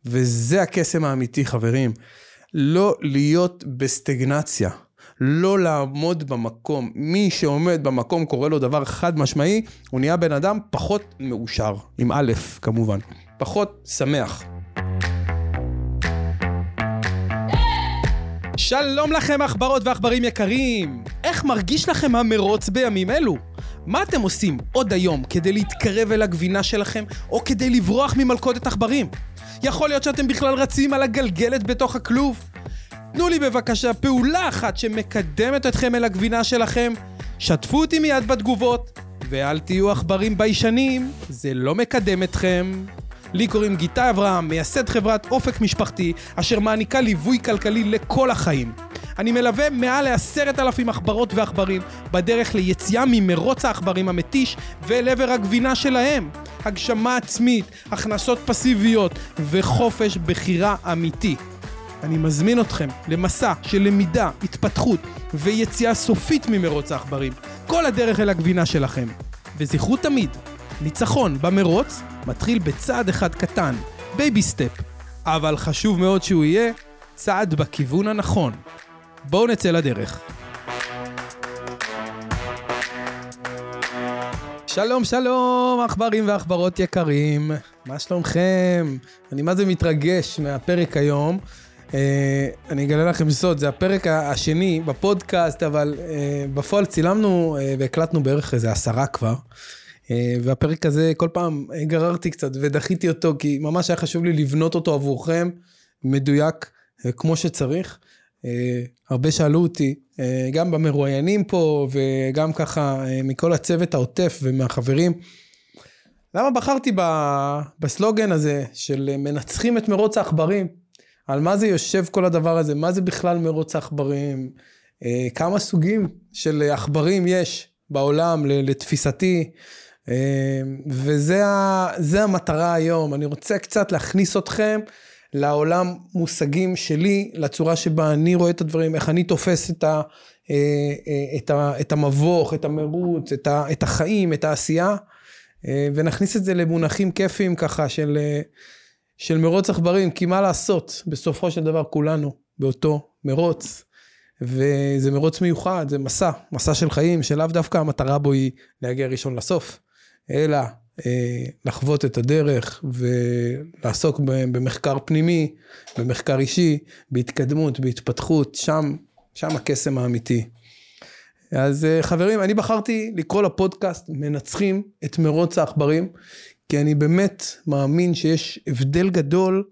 וזה הקסם האמיתי, חברים. לא להיות בסטגנציה, לא לעמוד במקום. מי שעומד במקום קורא לו דבר חד משמעי, הוא נהיה בן אדם פחות מאושר, עם א' כמובן, פחות שמח. שלום לכם אכברות ואכברים יקרים, איך מרגיש לכם המרוץ בימים אלו? מה אתם עושים עוד היום כדי להתקרב אל הגבינה שלכם, או כדי לברוח ממלכודת עכברים? יכול להיות שאתם בכלל רצים על הגלגלת בתוך הכלוב? תנו לי בבקשה פעולה אחת שמקדמת אתכם אל הגבינה שלכם, שתפו אותי מיד בתגובות, ואל תהיו עכברים ביישנים, זה לא מקדם אתכם. לי קוראים גיטה אברהם, מייסד חברת אופק משפחתי, אשר מעניקה ליווי כלכלי לכל החיים. אני מלווה מעל 10,000 עכברות ועכברים, בדרך ליציאה ממרוץ העכברים המתיש, ואל עבר הגבינה שלהם. הגשמה עצמית, הכנסות פסיביות, וחופש בחירה אמיתי. אני מזמין אתכם למסע של למידה, התפתחות, ויציאה סופית ממרוץ העכברים. כל הדרך אל הגבינה שלכם. וזכרו תמיד, ניצחון במרוץ מתחיל בצעד אחד קטן, בייבי סטפ, אבל חשוב מאוד שהוא יהיה צעד בכיוון הנכון. בואו נצא לדרך. שלום שלום עכברים ועכברות יקרים, מה שלומכם? אני מה זה מתרגש מהפרק היום. אני אגלה לכם סוד, זה הפרק השני בפודקאסט, אבל בפועל צילמנו והקלטנו בערך איזה 10 כבר. והפרק הזה כל פעם גררתי קצת ודחיתי אותו, כי ממש היה חשוב לי לבנות אותו עבורכם, מדויק כמו שצריך. הרבה שאלו אותי, גם במרואיינים פה, וגם ככה מכל הצוות העוטף ומהחברים, למה בחרתי בסלוגן הזה של מנצחים את מרוץ העכברים? על מה זה יושב כל הדבר הזה? מה זה בכלל מרוץ העכברים? כמה סוגים של עכברים יש בעולם לתפיסתי? וזה המטרה היום. אני רוצה קצת להכניס אתכם לעולם מושגים שלי, לצורה שבה אני רואה את הדברים, איך אני תופס את המבוך, את המרוץ, את החיים, את העשייה, ונכניס את זה למונחים כיפים ככה של מרוץ עכברים, כי מה לעשות? בסופו של דבר כולנו באותו מרוץ, וזה מרוץ מיוחד, זה מסע של חיים, שלאו דווקא המטרה בו היא להגיע ראשון לסוף, אלא לחוות את הדרך ולעסוק במחקר פנימי, במחקר אישי, בהתקדמות, בהתפתחות, שם הקסם האמיתי. אז חברים, אני בחרתי לקרוא לפודקאסט מנצחים את מרוץ העכברים, כי אני באמת מאמין שיש הבדל גדול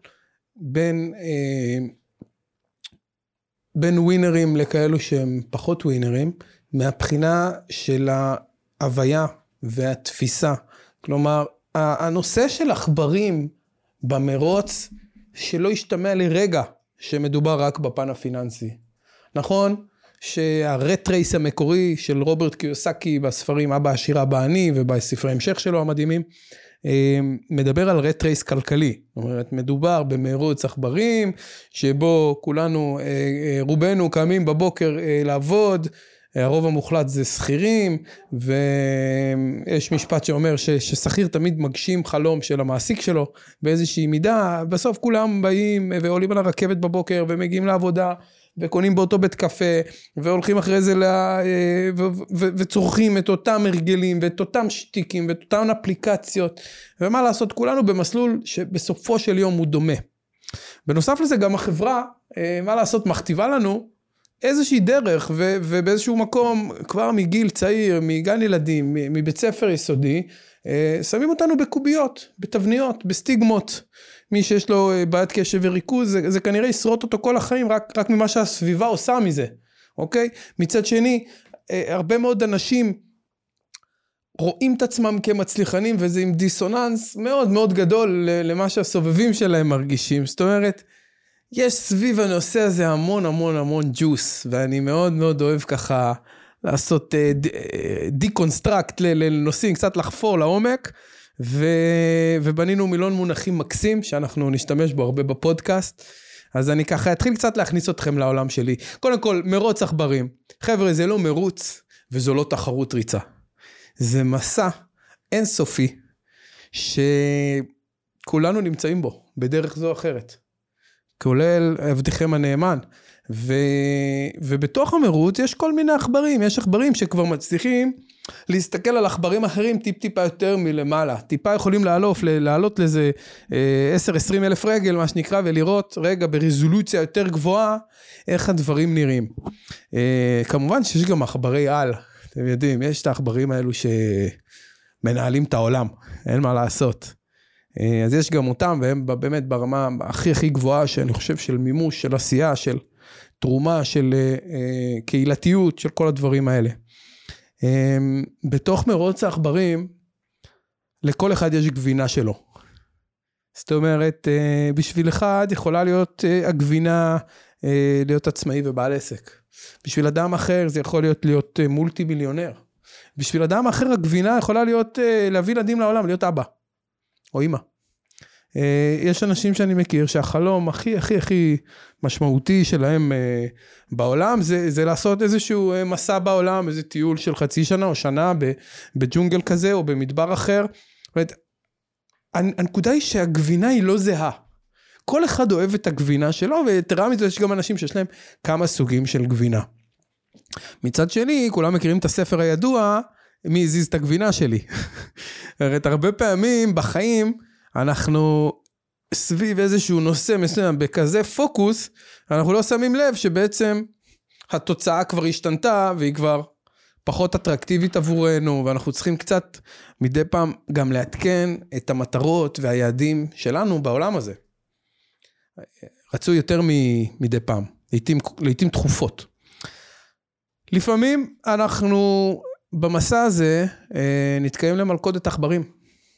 בין ווינרים לכאלו שהם פחות ווינרים, מהבחינה של ההוויה והתפיסה. כלומר, הנושא של עכברים במרוץ, שלא ישתמע לרגע שמדובר רק בפן הפיננסי. נכון שהרט רייס המקורי של רוברט קיוסקי בספרים אבא עשיר אבא עני ובספרי המשך שלו המדהימים, מדבר על רט רייס כלכלי. זאת אומרת, מדובר במרוץ עכברים, שבו כולנו, רובנו קמים בבוקר לעבוד, הרוב המוחלט זה שכירים, ויש משפט שאומר ששכיר תמיד מגשים חלום של המעסיק שלו, באיזושהי מידה, בסוף כולם באים ועולים על הרכבת בבוקר, ומגיעים לעבודה, וקונים באותו בית קפה, והולכים אחרי זה, וצורכים את אותם הרגלים, ואת אותם שטיקים, ואת אותם אפליקציות, ומה לעשות, כולנו במסלול שבסופו של יום הוא דומה. בנוסף לזה גם החברה, מה לעשות, מכתיבה לנו, איזושהי דרך, ובאיזשהו מקום, כבר מגיל צעיר, מגן ילדים, מבית ספר יסודי, שמים אותנו בקוביות, בתבניות, בסטיגמות. מי שיש לו בעיית קשב וריכוז, זה כנראה ישרוט אותו כל החיים, רק ממה שהסביבה עושה מזה, אוקיי? מצד שני, הרבה מאוד אנשים רואים את עצמם כמצליחנים, וזה עם דיסוננס מאוד מאוד גדול למה שהסובבים שלהם מרגישים. זאת אומרת, יש סביב הנושא הזה המון המון המון ג'וס, ואני מאוד מאוד אוהב ככה לעשות דיקונסטרקט לנושאים, קצת לחפור לעומק, ובנינו מילון מונחים מקסים, שאנחנו נשתמש בו הרבה בפודקאסט, אז אני ככה אתחיל קצת להכניס אתכם לעולם שלי. קודם כל, מרוץ עכברים. חבר'ה, זה לא מרוץ, וזו לא תחרות ריצה. זה מסע אינסופי, שכולנו נמצאים בו, בדרך זו או אחרת. כולל עבדיכם הנאמן. ובתוך המרוץ יש כל מיני עכברים, יש עכברים שכבר מצליחים להסתכל על עכברים אחרים טיפה יותר מלמעלה, טיפה יכולים לעלות לזה 10-20 אלף רגל מה שנקרא, ולראות רגע ברזולוציה יותר גבוהה איך הדברים נראים. כמובן שיש גם עכברי על, אתם יודעים, יש את העכברים האלו שמנהלים את העולם, אין מה לעשות. אז יש גם אותם, והם באמת ברמה הכי גבוהה שאני חושב של מימוש, של עשייה, של תרומה, של קהילתיות, של כל הדברים האלה. בתוך מרוץ העכברים, לכל אחד יש גבינה שלו. זאת אומרת, בשביל אחד יכולה להיות הגבינה, להיות עצמאי ובעל עסק. בשביל אדם אחר זה יכול להיות מולטי מיליונר. בשביל אדם אחר הגבינה יכולה להיות להביא ילדים לעולם, להיות אבא או אמא. יש אנשים שאני מכיר שהחלום הכי משמעותי שלהם בעולם זה לעשות איזשהו מסע בעולם, איזה טיול של חצי שנה או שנה בג'ונגל כזה או במדבר אחר. הנקודה היא שהגבינה היא לא זהה. כל אחד אוהב את הגבינה שלו, ותראה מזה יש גם אנשים שיש להם כמה סוגים של גבינה. מצד שני, כולם מכירים את הספר הידוע, מי הזיז את הגבינה שלי. הרבה פעמים בחיים, אנחנו סביב איזשהו נושא מסוים, בכזה פוקוס, אנחנו לא שמים לב שבעצם התוצאה כבר השתנתה, והיא כבר פחות אטרקטיבית עבורנו, ואנחנו צריכים קצת מדי פעם גם לעדכן את המטרות והיעדים שלנו בעולם הזה. רצו יותר מדי פעם, לעתים תכופות. לפעמים אנחנו במסע הזה נתקעים למלכודת עכברים.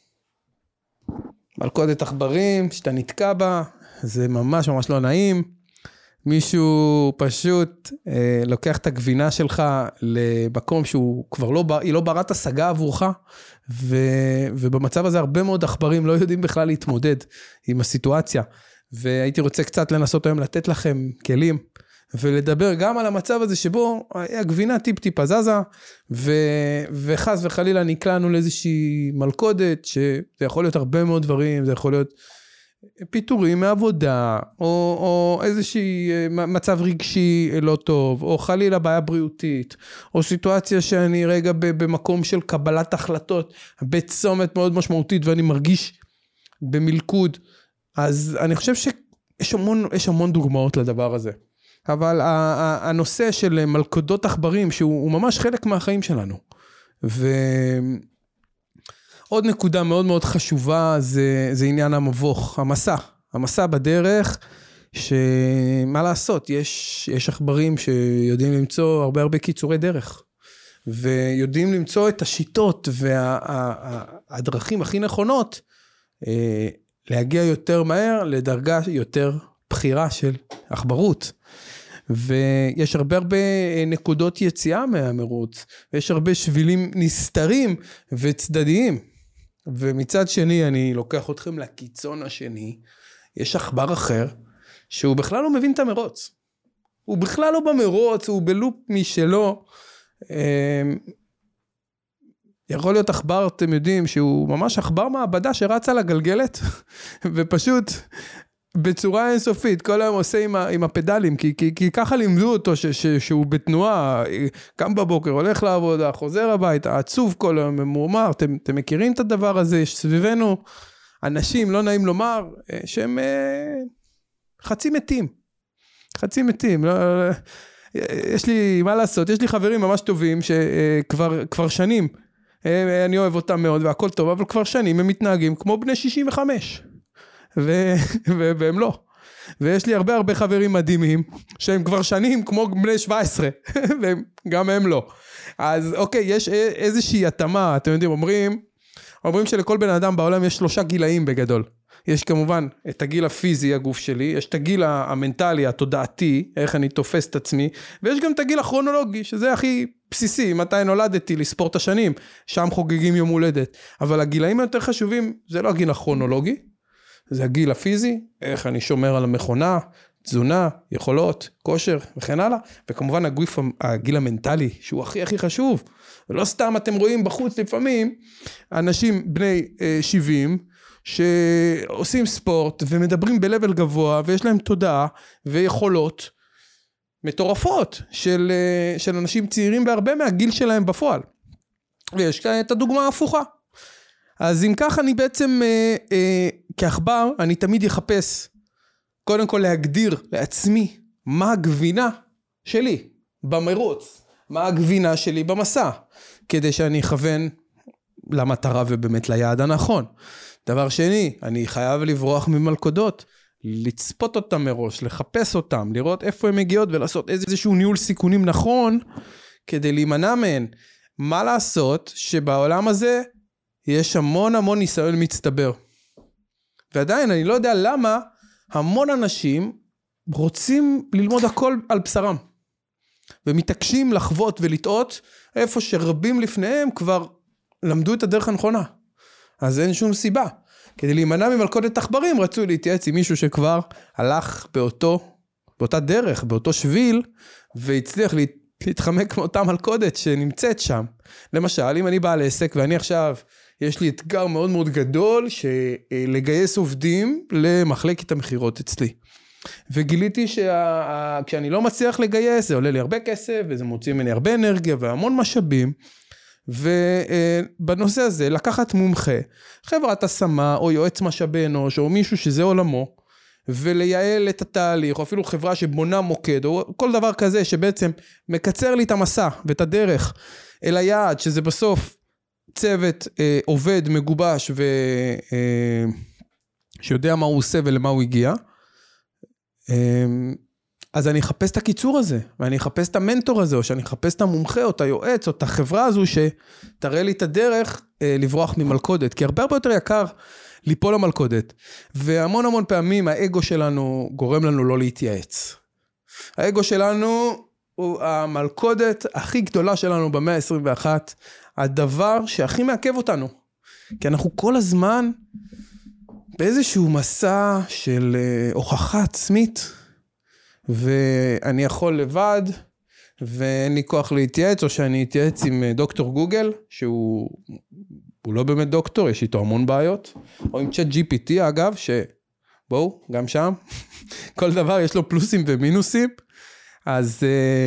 מלכודת עכברים, שאתה נתקע בה, זה ממש לא נעים. מישהו פשוט לוקח את הגבינה שלך למקום שהוא כבר היא לא ברת השגה עבורך, ובמצב הזה הרבה מאוד עכברים לא יודעים בכלל להתמודד עם הסיטואציה. והייתי רוצה קצת לנסות היום לתת לכם כלים, ולדבר גם על המצב הזה שבו הגבינה טיפ זזה, וחס וחלילה נקלענו לאיזושהי מלכודת, שזה יכול להיות הרבה מאוד דברים, זה יכול להיות פיטורים מעבודה, או איזושהי מצב רגשי לא טוב, או חלילה בעיה בריאותית, או סיטואציה שאני רגע במקום של קבלת החלטות, בצומת מאוד משמעותית, ואני מרגיש במלכוד. אז אני חושב שיש המון דוגמאות לדבר הזה. אבל הנושא של מלכודות עכברים, שהוא ממש חלק מהחיים שלנו. ועוד נקודה מאוד מאוד חשובה, זה עניין המבוך, המסע בדרך, שמה לעשות, יש עכברים שיודעים למצוא הרבה קיצורי דרך, ויודעים למצוא את השיטות והדרכים הכי נכונות, להגיע יותר מהר לדרגה יותר בחירה של עכברות. ויש הרבה נקודות יציאה מהמרוץ, ויש הרבה שבילים נסתרים וצדדיים. ומצד שני, אני לוקח אתכם לקיצון השני, יש עכבר אחר, שהוא בכלל לא מבין את המרוץ. הוא בכלל לא במרוץ, הוא בלופ משלו. יכול להיות עכבר, אתם יודעים, שהוא ממש עכבר מעבדה שרץ על הגלגלת, ופשוט בצורה אינסופית, כל היום עושה עם הפדלים, כי ככה לימדו אותו שהוא בתנועה, קם בבוקר, הולך לעבודה, חוזר הביתה, עצוב כל היום, ממורמר, אתם מכירים את הדבר הזה, יש סביבנו אנשים, לא נעים לומר, שהם חצי מתים, יש לי, מה לעשות, יש לי חברים ממש טובים, שכבר שנים, אני אוהב אותם מאוד והכל טוב, אבל כבר שנים הם מתנהגים כמו בני 65, והם לא. ויש לי הרבה חברים מדהימים, שהם כבר שנים כמו בני 17, וגם הם לא. אז אוקיי, יש איזושהי התאמה, אתם יודעים, אומרים שלכל בן אדם בעולם יש 3 גילאים בגדול. יש כמובן את הגיל הפיזי, הגוף שלי, יש את הגיל המנטלי, התודעתי, איך אני תופס את עצמי, ויש גם את הגיל הכרונולוגי, שזה הכי בסיסי, מתי נולדתי, לספור את השנים, שם חוגגים יום הולדת. אבל הגילאים היותר חשובים, זה לא הגיל הכרונולוגי, זה הגיל הפיזי, איך אני שומר על המכונה, תזונה, יכולות, כושר וכן הלאה, וכמובן הגיל המנטלי, שהוא הכי חשוב. ולא סתם אתם רואים בחוץ לפעמים, אנשים בני 70, שעושים ספורט ומדברים בלבל גבוה ויש להם תודעה ויכולות מטורפות של אנשים צעירים בהרבה מהגיל שלהם בפועל. ויש את הדוגמה ההפוכה. אז אם כך אני בעצם כאחבר אני תמיד יחפש קודם כל להגדיר לעצמי מה הגבינה שלי במרוץ, מה הגבינה שלי במסע, כדי שאני אכוון למטרה ובאמת ליעד הנכון. דבר שני, אני חייב לברוח ממלכודות, לצפות אותם מראש, לחפש אותם, לראות איפה הם מגיעות ולעשות איזשהו ניהול סיכונים נכון, כדי להימנע מהן. מה לעשות שבעולם הזה יש המון ניסיון מצטבר. ועדיין אני לא יודע למה המון אנשים רוצים ללמוד הכל על בשרם. ומתעקשים לחוות ולטעות איפה שרבים לפניהם כבר למדו את הדרך הנכונה. אז אין שום סיבה. כדי להימנע ממלכודת עכברים רצו להתייעץ עם מישהו שכבר הלך באותה דרך, באותו שביל, והצליח להתחמק מאותה מלכודת שנמצאת שם. למשל, אם אני בעל עסק ואני עכשיו, יש לי אתגר מאוד מאוד גדול, לגייס עובדים למחלקת המחירות אצלי. וגיליתי כשאני לא מצליח לגייס, זה עולה לי הרבה כסף, וזה מוציא ממני הרבה אנרגיה והמון משאבים, ובנושא הזה לקחת מומחה, חברת השמה או יועץ משאבי אנוש, או מישהו שזה עולמו, ולייעל את התהליך, או אפילו חברה שבונה מוקד, או כל דבר כזה שבעצם מקצר לי את המסע ואת הדרך אל היעד, שזה בסוף צוות עובד, מגובש, שיודע מה הוא עושה ולמה הוא הגיע. אז אני אחפש את הקיצור הזה, ואני אחפש את המנטור הזה, או שאני אחפש את המומחה, או את היועץ, או את החברה הזו, שתראה לי את הדרך לברוח ממלכודת, כי הרבה יותר יקר ליפול למלכודת, והמון פעמים האגו שלנו גורם לנו לא להתייעץ. האגו שלנו הוא המלכודת הכי גדולה שלנו במאה ה-21, הדבר שהכי מעכב אותנו, כי אנחנו כל הזמן באיזשהו מסע של הוכחה עצמית, ואני יכול לבד, ואין לי כוח להתייעץ, או שאני אתייעץ עם דוקטור גוגל, שהוא לא באמת דוקטור, יש איתו המון בעיות, או עם צ'אט GPT אגב, שבואו, גם שם, כל דבר יש לו פלוסים ומינוסים, אז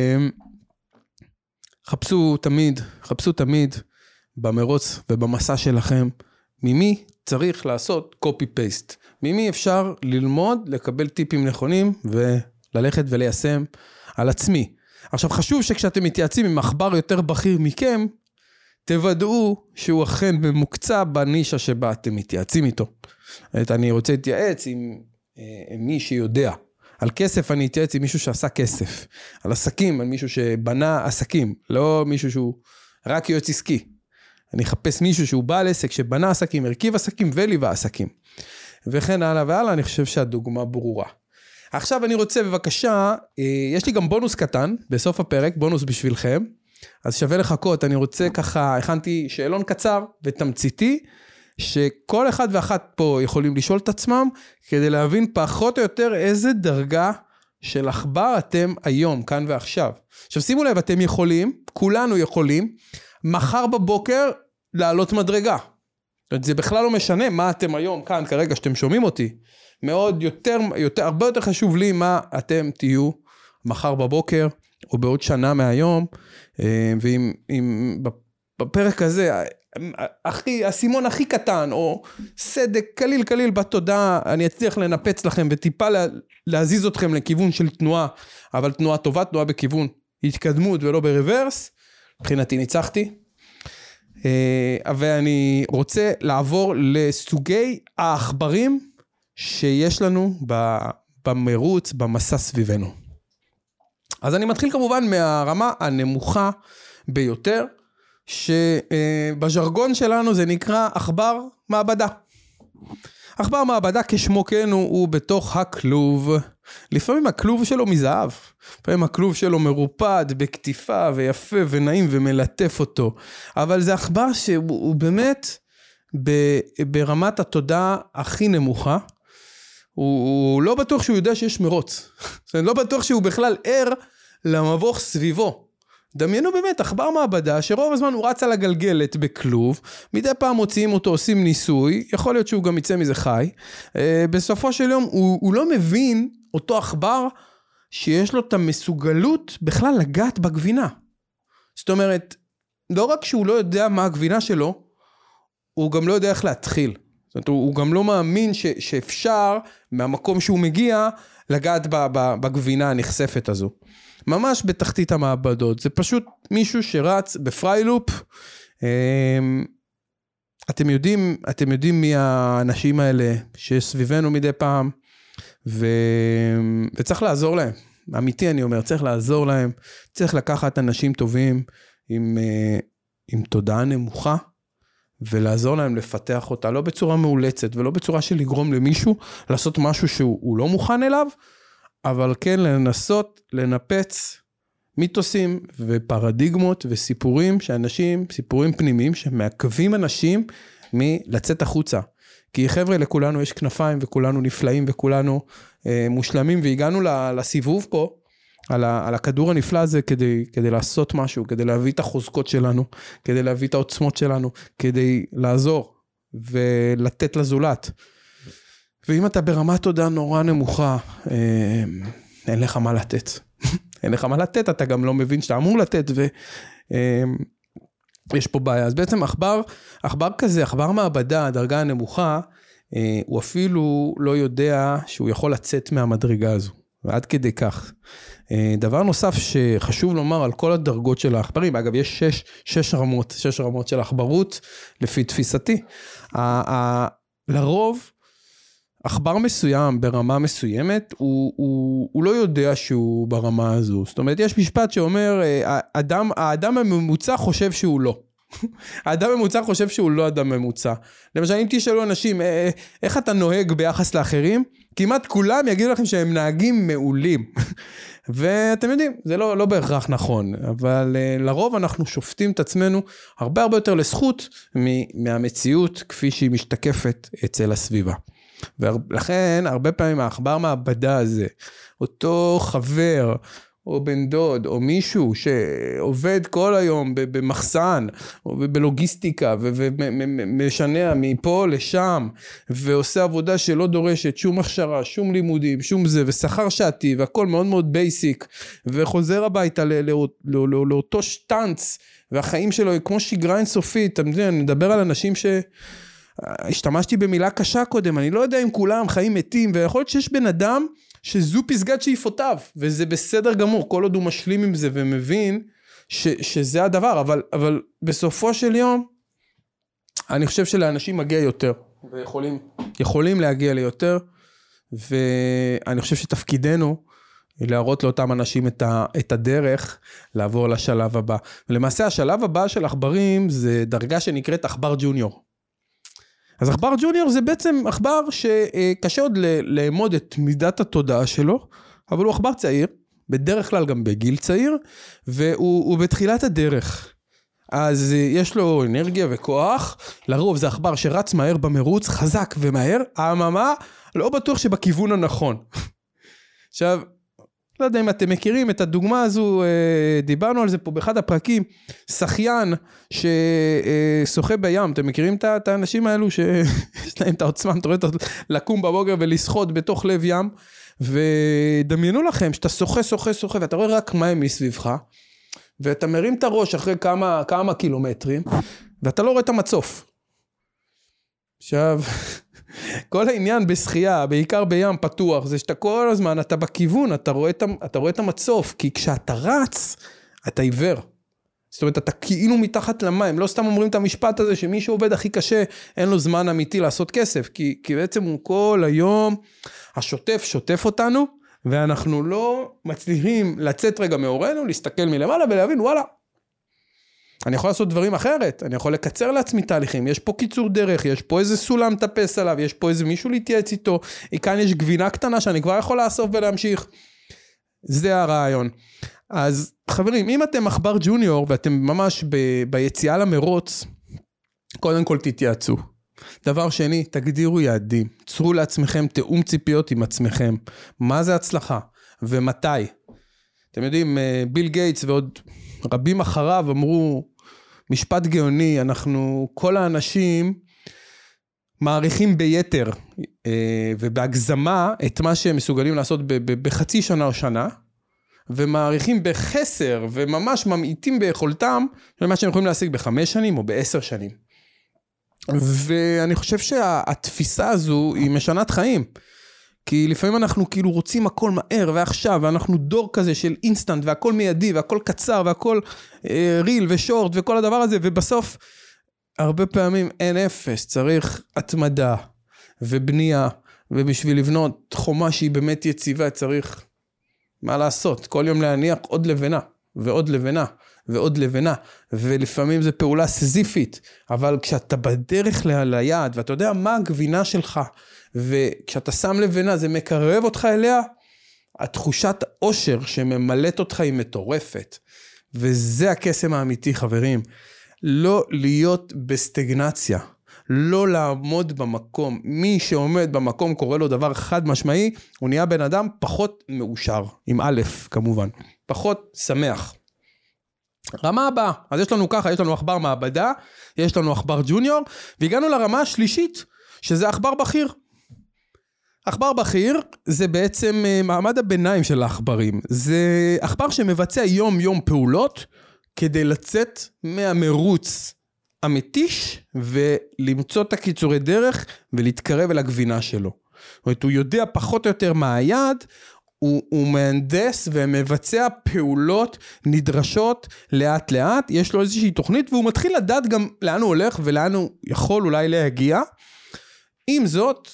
חפשו תמיד במרוץ ובמסע שלכם, ממי צריך לעשות קופי פייסט, ממי אפשר ללמוד, לקבל טיפים נכונים, וללכת וליישם על עצמי. עכשיו חשוב שכשאתם מתייעצים עם מחבר יותר בכיר מכם, תוודאו שהוא אכן ממוקצע בנישה שבה אתם מתייעצים איתו. אני רוצה להתייעץ עם מי שיודע. על כסף אני אתייעץ עם מישהו שעשה כסף. על עסקים, על מישהו שבנה עסקים. לא מישהו שהוא רק יועץ עסקי. אני אחפש מישהו שהוא בעל עסק, שבנה עסקים, הרכיב עסקים וליווה עסקים. וכן הלאה והלאה, אני חושב שהדוגמה ברורה. עכשיו אני רוצה בבקשה, יש לי גם בונוס קטן, בסוף הפרק, בונוס בשבילכם. אז שווה לחכות, אני רוצה ככה, הכנתי שאלון קצר ותמציתי, שכל אחד ואחת פה יכולים לשאול את עצמם, כדי להבין פחות או יותר איזה דרגה של עכבר אתם היום, כאן ועכשיו. עכשיו שימו לב, אתם יכולים, כולנו יכולים, מחר בבוקר לעלות מדרגה. זה בכלל לא משנה מה אתם היום, כאן כרגע שאתם שומעים אותי. מאוד הרבה יותר חשוב לי מה אתם תהיו מחר בבוקר, או בעוד שנה מהיום, ואם בפרק הזה, הסימון הכי קטן, או סדק קליל בתודעה, אני אצליח לנפץ לכם, וטיפה להזיז אתכם לכיוון של תנועה, אבל תנועה טובה, תנועה בכיוון התקדמות ולא ברוורס, מבחינתי ניצחתי. ואני רוצה לעבור לסוגי העכברים שיש לנו במרוץ, במסע סביבנו. אז אני מתחיל כמובן מהרמה הנמוכה ביותר, שבז'רגון שלנו זה נקרא עכבר מעבדה. עכבר מעבדה כשמו כן הוא בתוך הכלוב. לפעמים הכלוב שלו מזהב, לפעמים הכלוב שלו מרופד בכתיפה ויפה ונעים ומלטף אותו. אבל זה עכבר שהוא באמת ברמת התודעה הכי נמוכה. הוא לא בטוח שהוא יודע שיש מרוץ. אני לא בטוח שהוא בכלל ער למבוך סביבו. דמיינו באמת, עכבר מעבדה, שרוב הזמן הוא רץ על הגלגלת בכלוב, מדי פעם מוציאים אותו, עושים ניסוי, יכול להיות שהוא גם יצא מזה חי, בסופו של יום הוא לא מבין, אותו עכבר, שיש לו את המסוגלות בכלל לגעת בגבינה. זאת אומרת, לא רק שהוא לא יודע מה הגבינה שלו, הוא גם לא יודע איך להתחיל. זאת אומרת, הוא גם לא מאמין שאפשר, מהמקום שהוא מגיע, לגעת בגבינה הנחשפת הזו. ממש בתחתית המעבדות. זה פשוט מישהו שרץ בפריילופ. אתם יודעים מי האנשים האלה שסביבנו מדי פעם, וצריך לעזור להם. אמיתי אני אומר, צריך לעזור להם. צריך לקחת אנשים טובים עם תודעה נמוכה, ולעזור להם לפתח אותה, לא בצורה מאולצת, ולא בצורה של לגרום למישהו לעשות משהו שהוא לא מוכן אליו, אבל כן לנסות לנפץ מיתוסים ופרדיגמות וסיפורים שאנשים, סיפורים פנימיים שמעכבים אנשים מלצאת החוצה. כי חבר'ה, לכולנו יש כנפיים וכולנו נפלאים וכולנו מושלמים, והגענו לסיבוב פה על הכדור הנפלא הזה כדי לעשות משהו, כדי להביא את החוזקות שלנו, כדי להביא את העוצמות שלנו, כדי לעזור ולתת לזולת. ואם אתה ברמת תודעה נורא נמוכה, אין לך מה לתת. אין לך מה לתת, אתה גם לא מבין שאתה אמור לתת, ויש פה בעיה. אז בעצם עכבר כזה, עכבר מעבדה, הדרגה הנמוכה, הוא אפילו לא יודע שהוא יכול לצאת מהמדרגה הזו. ועד כדי כך. דבר נוסף שחשוב לומר על כל הדרגות של העכברים, אגב יש שש רמות של עכברות, לפי תפיסתי. לרוב, עכבר מסוים ברמה מסוימת, הוא לא יודע שהוא ברמה הזו. זאת אומרת, יש משפט שאומר, האדם הממוצע חושב שהוא לא. האדם הממוצע חושב שהוא לא אדם ממוצע. למשל, אם תשאלו אנשים, איך אתה נוהג ביחס לאחרים? כמעט כולם יגידו לכם שהם נהגים מעולים. ואתם יודעים, זה לא בהכרח נכון, אבל לרוב אנחנו שופטים את עצמנו הרבה יותר לזכות מהמציאות כפי שהיא משתקפת אצל הסביבה. ולכן הרבה פעמים העכבר מעבדה הזה, אותו חבר או בן דוד או מישהו שעובד כל היום במחסן או בלוגיסטיקה ומשנע מפה לשם ועושה עבודה שלא דורשת שום הכשרה, שום לימודים, שום זה ושכר שעתי והכל מאוד מאוד בייסיק וחוזר הביתה לאותו שטנץ והחיים שלו כמו שגרה אינסופית. אתם יודעים, אני מדבר על אנשים השתמשתי במילה קשה קודם, אני לא יודע אם כולם חיים מתים, ויכול להיות שיש בן אדם שזו פסגת שאיפותיו, וזה בסדר גמור, כל עוד הוא משלים עם זה ומבין שזה הדבר, אבל בסופו של יום, אני חושב שלאנשים מגיע יותר, ויכולים להגיע ליותר, ואני חושב שתפקידנו, להראות לאותם אנשים את הדרך, לעבור לשלב הבא. ולמעשה השלב הבא של עכברים, זה דרגה שנקראת עכבר ג'וניור. אז עכבר ג'וניור זה בעצם עכבר שקשה עוד לאמוד את מידת התודעה שלו, אבל הוא עכבר צעיר, בדרך כלל גם בגיל צעיר, והוא בתחילת הדרך. אז יש לו אנרגיה וכוח, לרוב זה עכבר שרץ מהר במרוץ, חזק ומהר, אממה, לא בטוח שבכיוון הנכון. עכשיו, לא יודע אם אתם מכירים את הדוגמה הזו, דיברנו על זה פה באחד הפרקים, שחיין ששוחה בים, אתם מכירים את האנשים האלו שיש להם את העוצמה, אתה רואה לקום בבוקר ולשחות בתוך לב ים, ודמיינו לכם שאתה שוחה, ואתה רואה רק מים מסביבך, ואתה מרים את הראש אחרי כמה קילומטרים, ואתה לא רואה את המצוף. עכשיו, כל העניין בשחייה, בעיקר בים פתוח, זה שאתה כל הזמן, אתה בכיוון, אתה רואה את המצוף, כי כשאתה רץ, אתה עיוור. זאת אומרת, אתה כאילו מתחת למים, לא סתם אומרים את המשפט הזה, שמי שעובד הכי קשה, אין לו זמן אמיתי לעשות כסף, כי בעצם הוא כל היום, השוטף שוטף אותנו, ואנחנו לא מצליחים לצאת רגע מאורנו, להסתכל מלמעלה ולהבין, וואלה, אני יכול לעשות דברים אחרת, אני יכול לקצר לעצמי תהליכים, יש פה קיצור דרך, יש פה איזה סולם טפס עליו, יש פה איזה מישהו להתייעץ איתו, כאן יש גבינה קטנה שאני כבר יכול לאסוף ולהמשיך. זה הרעיון. אז חברים, אם אתם עכבר ג'וניור ואתם ממש ביציאה למרוץ, קודם כל תתייעצו. דבר שני, תגדירו יעדים, צרו לעצמכם תאום ציפיות עם עצמכם, מה זה הצלחה ומתי. אתם יודעים, ביל גייטס ועוד רבים אחריו אמרו, משפט גאוני, כל האנשים מעריכים ביתר ובהגזמה את מה שהם מסוגלים לעשות בחצי שנה או שנה, ומעריכים בחסר וממש ממעיטים ביכולתם למה שהם יכולים להשיג ב5 שנים או ב10 שנים. ואני חושב שהתפיסה הזו היא משנת חיים. כי לפעמים אנחנו כאילו רוצים הכל מהר ועכשיו, ואנחנו דור כזה של אינסטנט, והכל מיידי, והכל קצר, והכל ריל ושורט, וכל הדבר הזה, ובסוף, הרבה פעמים אין אפס, צריך התמדה, ובנייה, ובשביל לבנות חומה שהיא באמת יציבה, צריך מה לעשות, כל יום להניח עוד לבנה, ועוד לבנה, ועוד לבנה, ולפעמים זה פעולה סזיפית, אבל כשאתה בדרך ליעד, ואתה יודע מה הגבינה שלך, וכשאתה שם לבנה זה מקרב אותך אליה, התחושת האושר שממלאת אותך היא מטורפת, וזה הקסם האמיתי חברים, לא להיות בסטגנציה, לא לעמוד במקום, מי שעומד במקום קורא לו דבר חד משמעי, הוא נהיה בן אדם פחות מאושר, עם א' כמובן, פחות שמח. רמה הבאה, אז יש לנו ככה, יש לנו עכבר מעבדה, יש לנו עכבר ג'וניור, והגענו לרמה השלישית, שזה עכבר בכיר. עכבר בכיר זה בעצם מעמד הביניים של העכברים, זה עכבר שמבצע יום יום פעולות, כדי לצאת מהמרוץ המתיש, ולמצוא את הקיצורי דרך, ולהתקרב אל הגבינה שלו. זאת אומרת, הוא יודע פחות או יותר מה היעד, הוא מהנדס ומבצע פעולות נדרשות לאט לאט, יש לו איזושהי תוכנית, והוא מתחיל לדעת גם לאן הוא הולך, ולאן הוא יכול אולי להגיע. עם זאת,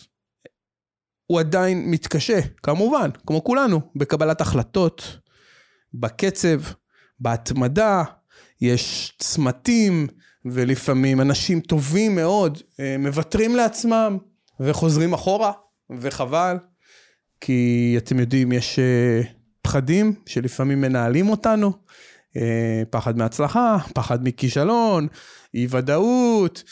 הוא עדיין מתקשה, כמובן, כמו כולנו, בקבלת החלטות, בקצב, בהתמדה, יש צמתים, ולפעמים אנשים טובים מאוד, מוותרים לעצמם, וחוזרים אחורה, וחבל, כי אתם יודעים, יש פחדים, שלפעמים מנהלים אותנו, פחד מהצלחה, פחד מכישלון, אי ודאות,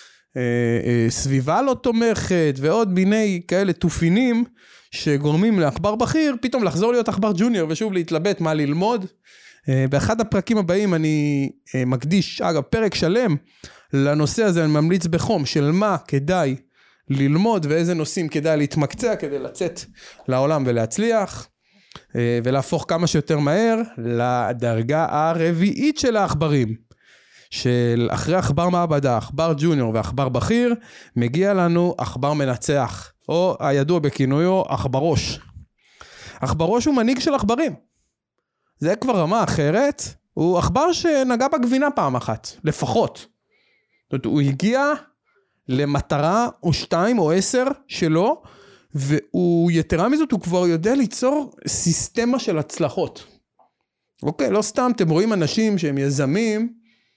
סביבה לא תומכת, ועוד מיני כאלה תופינים, שגורמים לעכבר בכיר, פתאום לחזור להיות עכבר ג'וניור, ושוב להתלבט מה ללמוד. באחד הפרקים הבאים אני מקדיש, אגב, פרק שלם, לנושא הזה אני ממליץ בחום, של מה כדאי ללמוד, ואיזה נושאים כדאי להתמקצע, כדי לצאת לעולם ולהצליח, ולהפוך כמה שיותר מהר, לדרגה הרביעית של העכברים, של אחרי עכבר מעבדה, עכבר ג'וניור ועכבר בכיר, מגיע לנו עכבר מנצח, או הידוע בכינויו עכברוש. עכברוש הוא מנהיג של עכברים. זה כבר רמה אחרת, הוא עכבר שנגע בגבינה פעם אחת, לפחות. זאת אומרת, הוא הגיע למטרה או 2 או 10 שלו, והוא יתרה מזאת, הוא כבר יודע ליצור סיסטמה של הצלחות. אוקיי, לא סתם, אתם רואים אנשים שהם יזמים,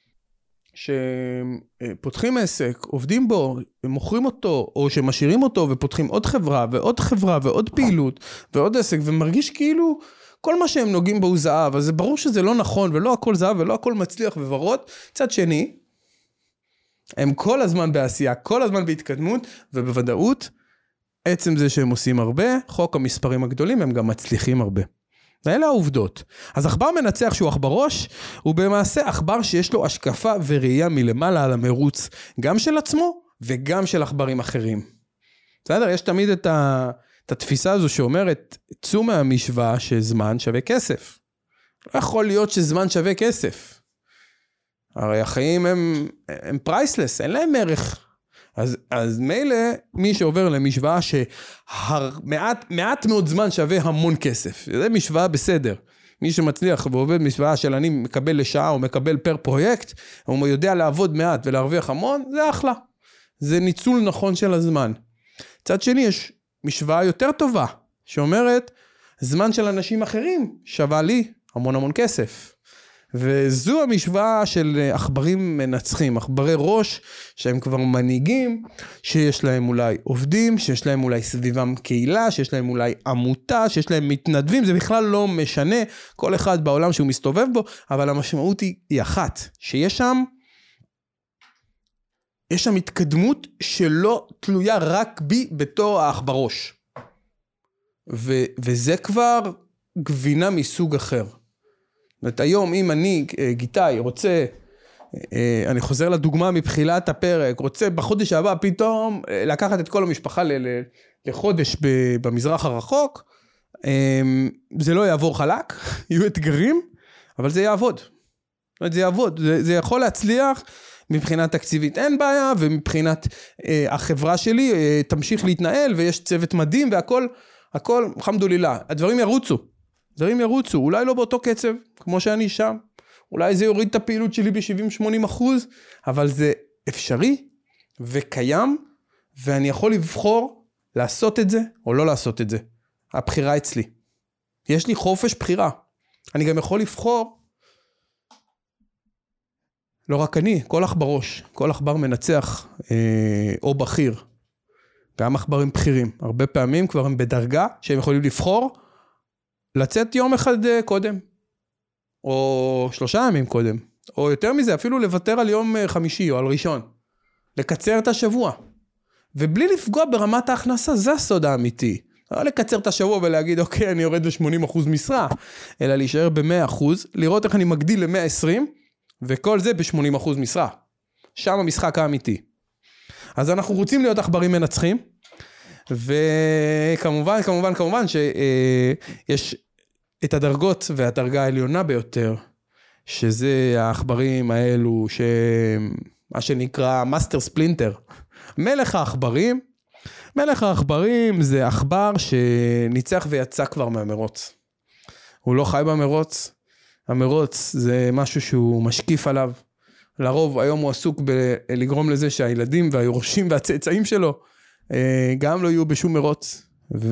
שפותחים עסק, עובדים בו, ומוכרים אותו, או שמשאירים אותו, ופותחים עוד חברה, ועוד חברה, ועוד פעילות, ועוד עסק, ומרגיש כאילו, כל מה שהם נוגעים בו הוא זהב, אז זה ברור שזה לא נכון, ולא הכל זהב, ולא הכל מצליח וורוד. צד שני, הם כל הזמן בעשייה, כל הזמן בהתקדמות, ובוודאות, עצם זה שהם עושים הרבה, חוק המספרים הגדולים, הם גם מצליחים הרבה. ואלה העובדות. אז עכבר מנצח שהוא עכברוש, הוא במעשה עכבר שיש לו השקפה וראייה מלמעלה על המרוץ, גם של עצמו וגם של עכברים אחרים. בסדר? יש תמיד את התפיסה הזו שאומרת, צאו מהמשוואה שזמן שווה כסף. לא יכול להיות שזמן שווה כסף. הרי החיים הם פרייסלס, אין להם ערך. אז מילא מי שעובר למשוואה שמעט מאוד זמן שווה המון כסף. זה משוואה בסדר. מי שמצליח ועובד משוואה של אני מקבל לשעה או מקבל פר פרויקט, הוא יודע לעבוד מעט ולהרוויח המון, זה אחלה. זה ניצול נכון של הזמן. צד שני יש משוואה יותר טובה, שאומרת, זמן של אנשים אחרים שווה לי המון כסף. וזו המשוואה של עכברים מנצחים, עכברי ראש, שהם כבר מנהיגים, שיש להם אולי עובדים, שיש להם אולי סביבם קהילה, שיש להם אולי עמותה, שיש להם מתנדבים, זה בכלל לא משנה, כל אחד בעולם שהוא מסתובב בו, אבל המשמעות היא אחת, שיש שם התקדמות שלא תלויה רק בי בתור העכברוש. וזה כבר גבינה מסוג אחר. זאת היום אם אני, גיטאי, רוצה, אני חוזר לדוגמה מבחילת הפרק, רוצה בחודש הבא פתאום לקחת את כל המשפחה לחודש במזרח הרחוק, זה לא יעבור חלק, יהיו אתגרים, אבל זה יעבוד. זה יעבוד, זה יכול להצליח, מבחינת תקציבית אין בעיה, ומבחינת החברה שלי תמשיך להתנהל, ויש צוות מדהים, והכל, אלחמדולילlah, הדברים ירוצו, אולי לא באותו קצב, כמו שאני שם, אולי זה יוריד את הפעילות שלי ב-70-80%, אבל זה אפשרי, וקיים, ואני יכול לבחור לעשות את זה, או לא לעשות את זה. הבחירה אצלי. יש לי חופש בחירה. אני גם יכול לבחור, לא רק אני, כל בראש, כל עכבר מנצח או בכיר, גם עכברים בכירים, הרבה פעמים כבר הם בדרגה שהם יכולים לבחור לצאת יום אחד קודם, או 3 ימים קודם, או יותר מזה, אפילו לוותר על יום חמישי או על ראשון, לקצר את השבוע, ובלי לפגוע ברמת ההכנסה, זה הסוד האמיתי. לא לקצר את השבוע ולהגיד, אוקיי, אני יורד ל-80% משרה, אלא להישאר ב-100%, לראות איך אני מגדיל ל-120%, וכל זה ב-80% משרה. שם המשחק האמיתי. אז אנחנו רוצים להיות עכברים מנצחים, וכמובן שיש את הדרגות והדרגה העליונה ביותר, שזה העכברים האלו, מה שנקרא מאסטר ספלינטר. מלך העכברים זה עכבר שניצח ויצא כבר מהמרוץ. הוא לא חי במרוץ, המרוץ זה משהו שהוא משקיף עליו, לרוב היום הוא עסוק בלגרום לזה שהילדים והיורשים והצאצאים שלו גם לא יהיו בשום מרוץ,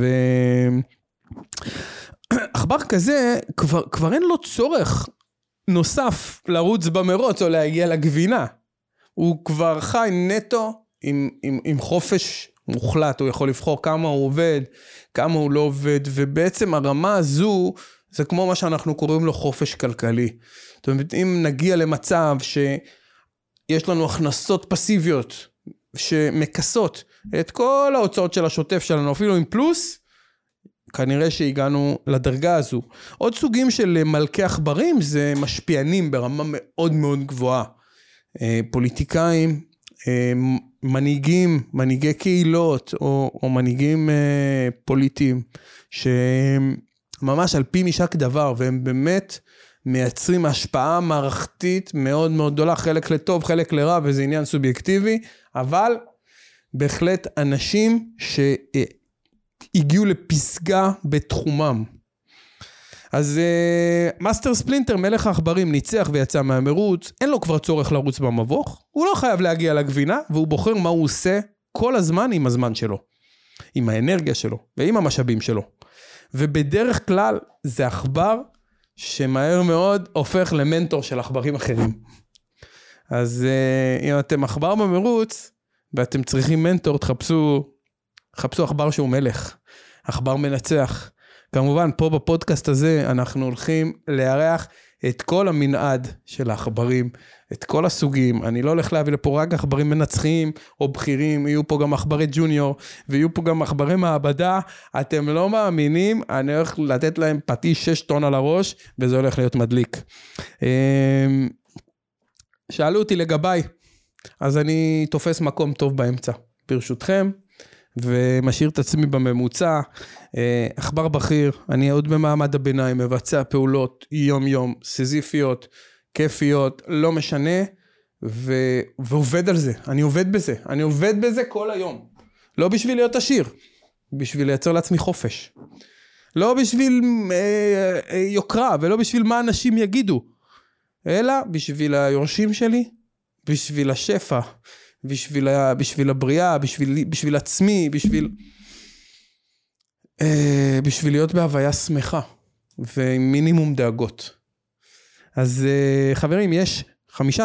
ועכבר כזה כבר אין לו צורך נוסף לרוץ במרוץ או להגיע לגבינה, הוא כבר חי נטו עם חופש מוחלט, הוא יכול לבחור כמה הוא עובד, כמה הוא לא עובד, ובעצם הרמה הזו זה כמו מה שאנחנו קוראים לו חופש כלכלי. זאת אומרת, אם נגיע למצב שיש לנו הכנסות פסיביות, שמקסות את כל ההוצאות של השוטף שלנו, אפילו עם פלוס, כנראה שהגענו לדרגה הזו. עוד סוגים של מלכי עכברים, זה משפיענים ברמה מאוד מאוד גבוהה. פוליטיקאים, מנהיגי קהילות, או מנהיגים פוליטיים, שהם ממש על פי משק דבר, והם באמת מייצרים השפעה מערכתית מאוד מאוד גדולה, חלק לטוב, חלק לרע, וזה עניין סובייקטיבי, אבל בהחלט אנשים שהגיעו לפסגה בתחומם. אז מאסטר ספלינטר, מלך העכברים, ניצח ויצא מהמרוץ, אין לו כבר צורך לרוץ במבוך, הוא לא חייב להגיע לגבינה, והוא בוחר מה הוא עושה כל הזמן עם הזמן שלו, עם האנרגיה שלו, ועם המשאבים שלו. ובדרך כלל זה עכבר שמהר מאוד הופך למנטור של עכברים אחרים. אז אם אתם עכבר במרוץ, ואתם צריכים מנטור, תחפשו עכבר שהוא מלך, עכבר מנצח. כמובן, פה בפודקאסט הזה אנחנו הולכים לארח את כל המנעד של העכברים, את כל הסוגים. אני לא הולך להביא לפה רק עכברים מנצחים או בכירים, יהיו פה גם עכברי ג'וניור, ויהיו פה גם עכברי מעבדה. אתם לא מאמינים, אני הולך לתת להם פטיש 6 טון על הראש, וזה הולך להיות מדליק. שאלו אותי לגביי, אז אני תופס מקום טוב באמצע, ברשותכם, ומשאיר את עצמי בממוצע. עכבר בכיר, אני עוד במעמד הביניים, מבצע פעולות יום-יום, סזיפיות, כיפיות, לא משנה, ועובד על זה, אני עובד בזה כל היום, לא בשביל להיות עשיר, בשביל לייצר לעצמי חופש, לא בשביל יוקרה, ולא בשביל מה אנשים יגידו, אלא בשביל היורשים שלי, בשביל השפע, בשביל הבריאה, בשביל עצמי, בשביל להיות בהוויה שמחה, ועם מינימום דאגות. אז חברים, יש 5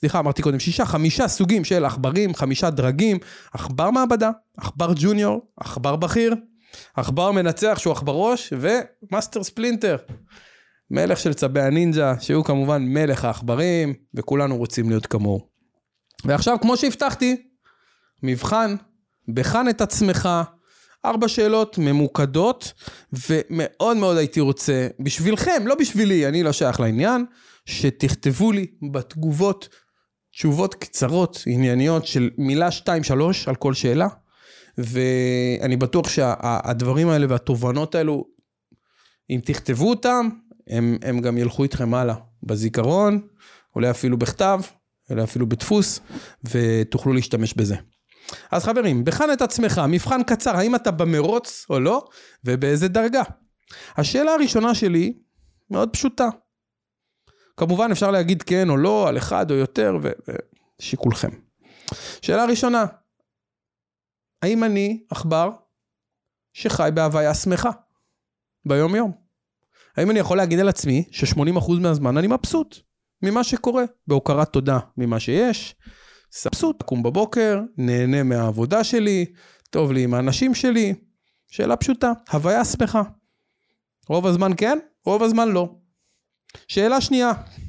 סוגים של עכברים, 5 דרגים, עכבר מעבדה, עכבר ג'וניור, עכבר בכיר, עכבר מנצח שהוא עכבר ראש, ומאסטר ספלינטר, מלך של צבי הנינג'ה, שהוא כמובן מלך העכברים, וכולנו רוצים להיות כמוהו. ועכשיו, כמו שהבטחתי, מבחן, בחן את עצמך, 4 שאלות ממוקדות, ומאוד מאוד הייתי רוצה, בשבילכם, לא בשבילי, אני לא שייך לעניין, שתכתבו לי בתגובות, תשובות קצרות, ענייניות של מילה 2-3 על כל שאלה, ואני בטוח שהדברים האלה והתובנות האלו, אם תכתבו אותם, הם גם ילכו איתכם הלאה, בזיכרון, אולי אפילו בכתב, אולי אפילו בדפוס, ותוכלו להשתמש בזה. אז חברים, בחן את עצמך, מבחן קצר, האם אתה במרוץ או לא, ובאיזה דרגה. השאלה הראשונה שלי, מאוד פשוטה. כמובן אפשר להגיד כן או לא, על אחד או יותר, ושיקולכם. שאלה ראשונה, האם אני עכבר שחי בהוויה שמחה, ביום יום? האם אני יכול להגיד על עצמי ש80% מהזמן אני מבסוט ממה שקורה, בהוקרת תודה ממה שיש, מבסוט, קום בבוקר, נהנה מהעבודה שלי, טוב לי עם האנשים שלי, שאלה פשוטה, הוויה שמחה. רוב הזמן כן, רוב הזמן לא. שאלה שנייה,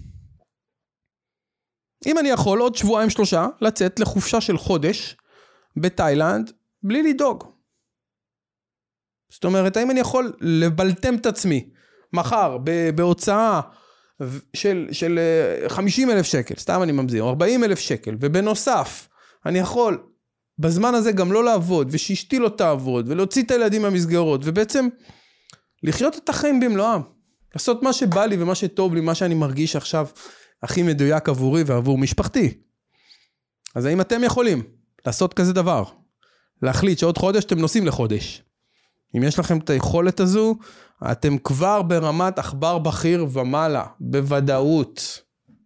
אם אני יכול עוד 2-3 לצאת לחופשה של חודש בתאילנד, בלי לדאוג. זאת אומרת, האם אני יכול לבלטם את עצמי, מחר בהוצאה של 50,000 שקל, סתם אני ממזיר, 40,000 שקל, ובנוסף, אני יכול בזמן הזה גם לא לעבוד, ושאשתי לא תעבוד, ולהוציא את הילדים מהמסגרות, ובעצם לחיות את החיים במלואם, לעשות מה שבא לי ומה שטוב לי, מה שאני מרגיש עכשיו הכי מדויק עבורי ועבור משפחתי. אז האם אתם יכולים לעשות כזה דבר? להחליט שעוד חודש אתם נוסעים לחודש. אם יש לכם את היכולת הזו, אתם כבר ברמת עכבר בכיר ומעלה, בוודאות.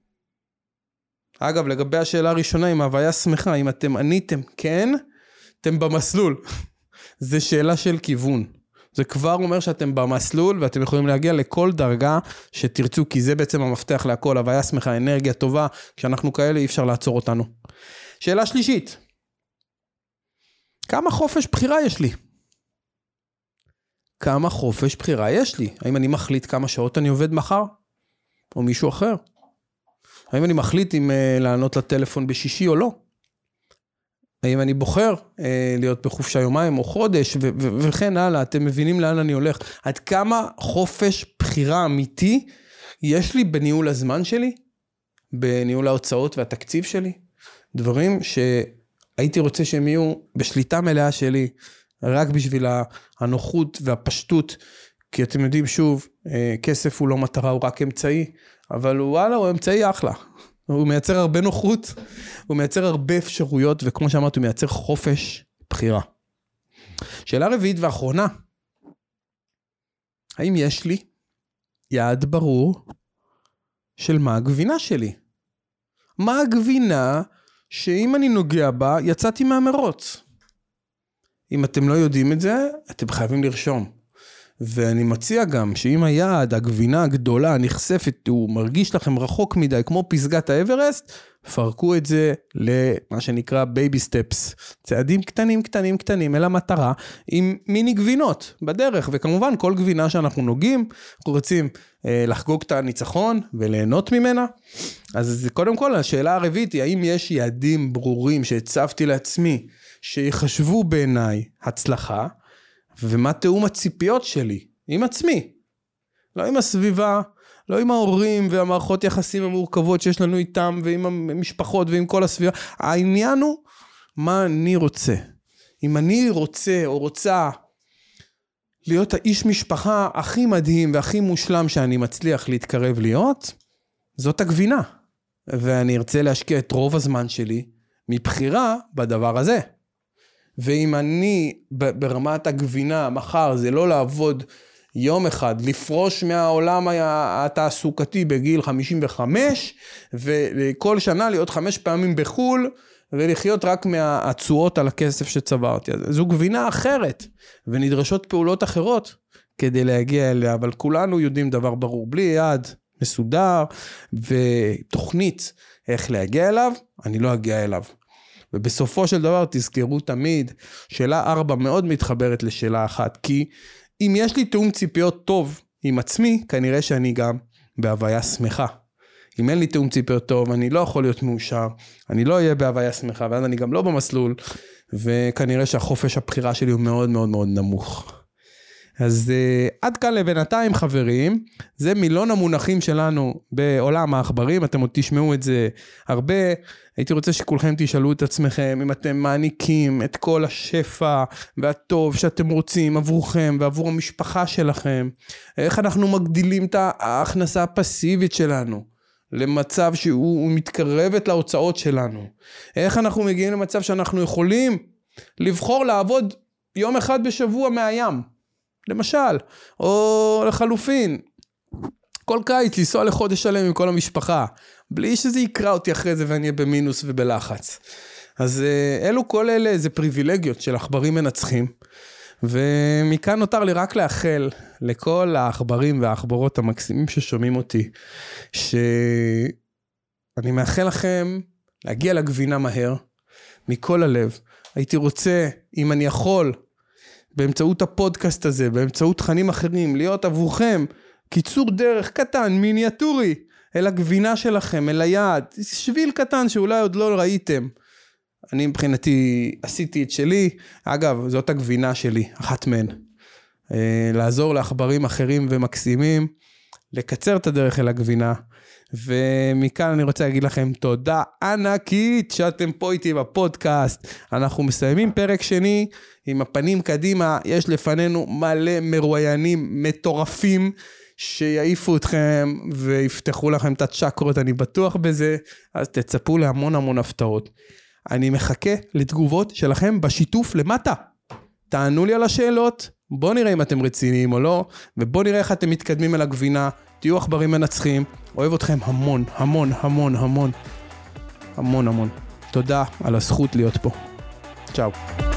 אגב, לגבי השאלה הראשונה, עם ההוויה שמחה, אם אתם עניתם כן, אתם במסלול. זה שאלה של כיוון. זה כבר אומר שאתם במסלול, ואתם יכולים להגיע לכל דרגה שתרצו, כי זה בעצם המפתח להכל, הוויה שמחה, אנרגיה טובה, כשאנחנו כאלה אי אפשר לעצור אותנו. שאלה שלישית, כמה חופש בחירה יש לי? כמה חופש בחירה יש לי? האם אני מחליט כמה שעות אני עובד מחר? או מישהו אחר? האם אני מחליט אם לענות לטלפון בשישי או לא? האם אני בוחר להיות בחופשה יומיים או חודש, וכן הלאה, אתם מבינים לאן אני הולך. עד כמה חופש בחירה אמיתי יש לי בניהול הזמן שלי, בניהול ההוצאות והתקציב שלי, דברים שהייתי רוצה שהם יהיו בשליטה מלאה שלי, רק בשביל הנוחות והפשטות, כי אתם יודעים שוב, כסף הוא לא מטרה, הוא רק אמצעי, אבל וואלה, הוא אמצעי אחלה. הוא מייצר הרבה נוחות, הוא מייצר הרבה אפשרויות, וכמו שאמרתי, הוא מייצר חופש בחירה. שאלה רביעית ואחרונה, האם יש לי יעד ברור של מה הגבינה שלי? מה הגבינה שאם אני נוגע בה, יצאתי מהמרוץ? אם אתם לא יודעים את זה, אתם חייבים לרשום. ואני מציע גם שאם היעד, הגבינה הגדולה, נחשפת, הוא מרגיש לכם רחוק מדי, כמו פסגת האברסט, פרקו את זה למה שנקרא בייבי סטפס, צעדים קטנים קטנים קטנים אל המטרה, עם מיני גבינות בדרך, וכמובן כל גבינה שאנחנו נוגעים, אנחנו רוצים לחגוג את הניצחון וליהנות ממנה. אז קודם כל השאלה הרביעית היא, האם יש יעדים ברורים שהצבתי לעצמי, שיחשבו בעיניי הצלחה, ומה תאום הציפיות שלי עם עצמי, לא עם הסביבה, לא עם ההורים והמערכות יחסים המורכבות שיש לנו איתם, ועם המשפחות ועם כל הסביבה. העניין הוא מה אני רוצה. אם אני רוצה או רוצה להיות האיש משפחה הכי מדהים והכי מושלם שאני מצליח להתקרב להיות, זאת הגבינה. ואני ארצה להשקיע את רוב הזמן שלי מבחירה בדבר הזה. ואם אני ברמת הגבינה מחר זה לא לעבוד יום אחד, לפרוש מהעולם התעסוקתי בגיל 55, וכל שנה להיות 5 פעמים בחול, ולחיות רק מהצועות על הכסף שצברתי. זו גבינה אחרת, ונדרשות פעולות אחרות כדי להגיע אליה, אבל כולנו יודעים דבר ברור, בלי יעד מסודר ותוכנית איך להגיע אליו, אני לא אגיע אליו. ובסופו של דבר תזכרו תמיד, שאלה 4 מאוד מתחברת לשאלה 1, כי אם יש לי תאום ציפיות טוב עם עצמי, כנראה שאני גם בהוויה שמחה. אם אין לי תאום ציפיות טוב, אני לא יכול להיות מאושר, אני לא אהיה בהוויה שמחה, ואז אני גם לא במסלול, וכנראה שהחופש הבחירה שלי הוא מאוד מאוד מאוד נמוך. אז עד כאן לבינתיים חברים, זה מילון המונחים שלנו בעולם העכברים, אתם עוד תשמעו את זה הרבה, הייתי רוצה שכולכם תשאלו את עצמכם, אם אתם מעניקים את כל השפע והטוב שאתם רוצים עבורכם ועבור המשפחה שלכם, איך אנחנו מגדילים את ההכנסה הפסיבית שלנו, למצב שהוא מתקרבת להוצאות שלנו, איך אנחנו מגיעים למצב שאנחנו יכולים לבחור לעבוד יום אחד בשבוע מהים, למשל, או לחלופין, כל קיץ לנסוע לחודש שלם עם כל המשפחה, בלי שזה יקרא אותי אחרי זה ואני אהיה במינוס ובלחץ. אז כל אלה זה פריבילגיות של עכברים מנצחים, ומכאן נותר לי רק לאחל לכל העכברים והעכברות המקסימים ששומעים אותי, שאני מאחל לכם להגיע לגבינה מהר, מכל הלב. הייתי רוצה, אם אני יכול, באמצעות הפודקאסט הזה, באמצעות תכנים אחרים, להיות עבורכם קיצור דרך קטן, מיניאטורי, אל הגבינה שלכם, אל היעד, שביל קטן שאולי עוד לא ראיתם. אני מבחינתי עשיתי את שלי, אגב, זאת הגבינה שלי, אחת מהן. לעזור לעכברים אחרים ומקסימים, לקצר את הדרך אל הגבינה, ומכאן אני רוצה להגיד לכם תודה ענקית שאתם פה איתי בפודקאסט. אנחנו מסיימים פרק שני עם הפנים קדימה, יש לפנינו מלא מרואיינים מטורפים שיעיפו אתכם ויפתחו לכם את הצ'קרות, אני בטוח בזה, אז תצפו להמון המון הפתעות. אני מחכה לתגובות שלכם בשיתוף למטה, תענו לי על השאלות, בואו נראה אם אתם רציניים או לא, ובואו נראה איך אתם מתקדמים אל הגבינה, תהיו עכברים מנצחים, אוהב אתכם המון, המון, המון, המון, המון, המון. תודה על הזכות להיות פה. צ'או.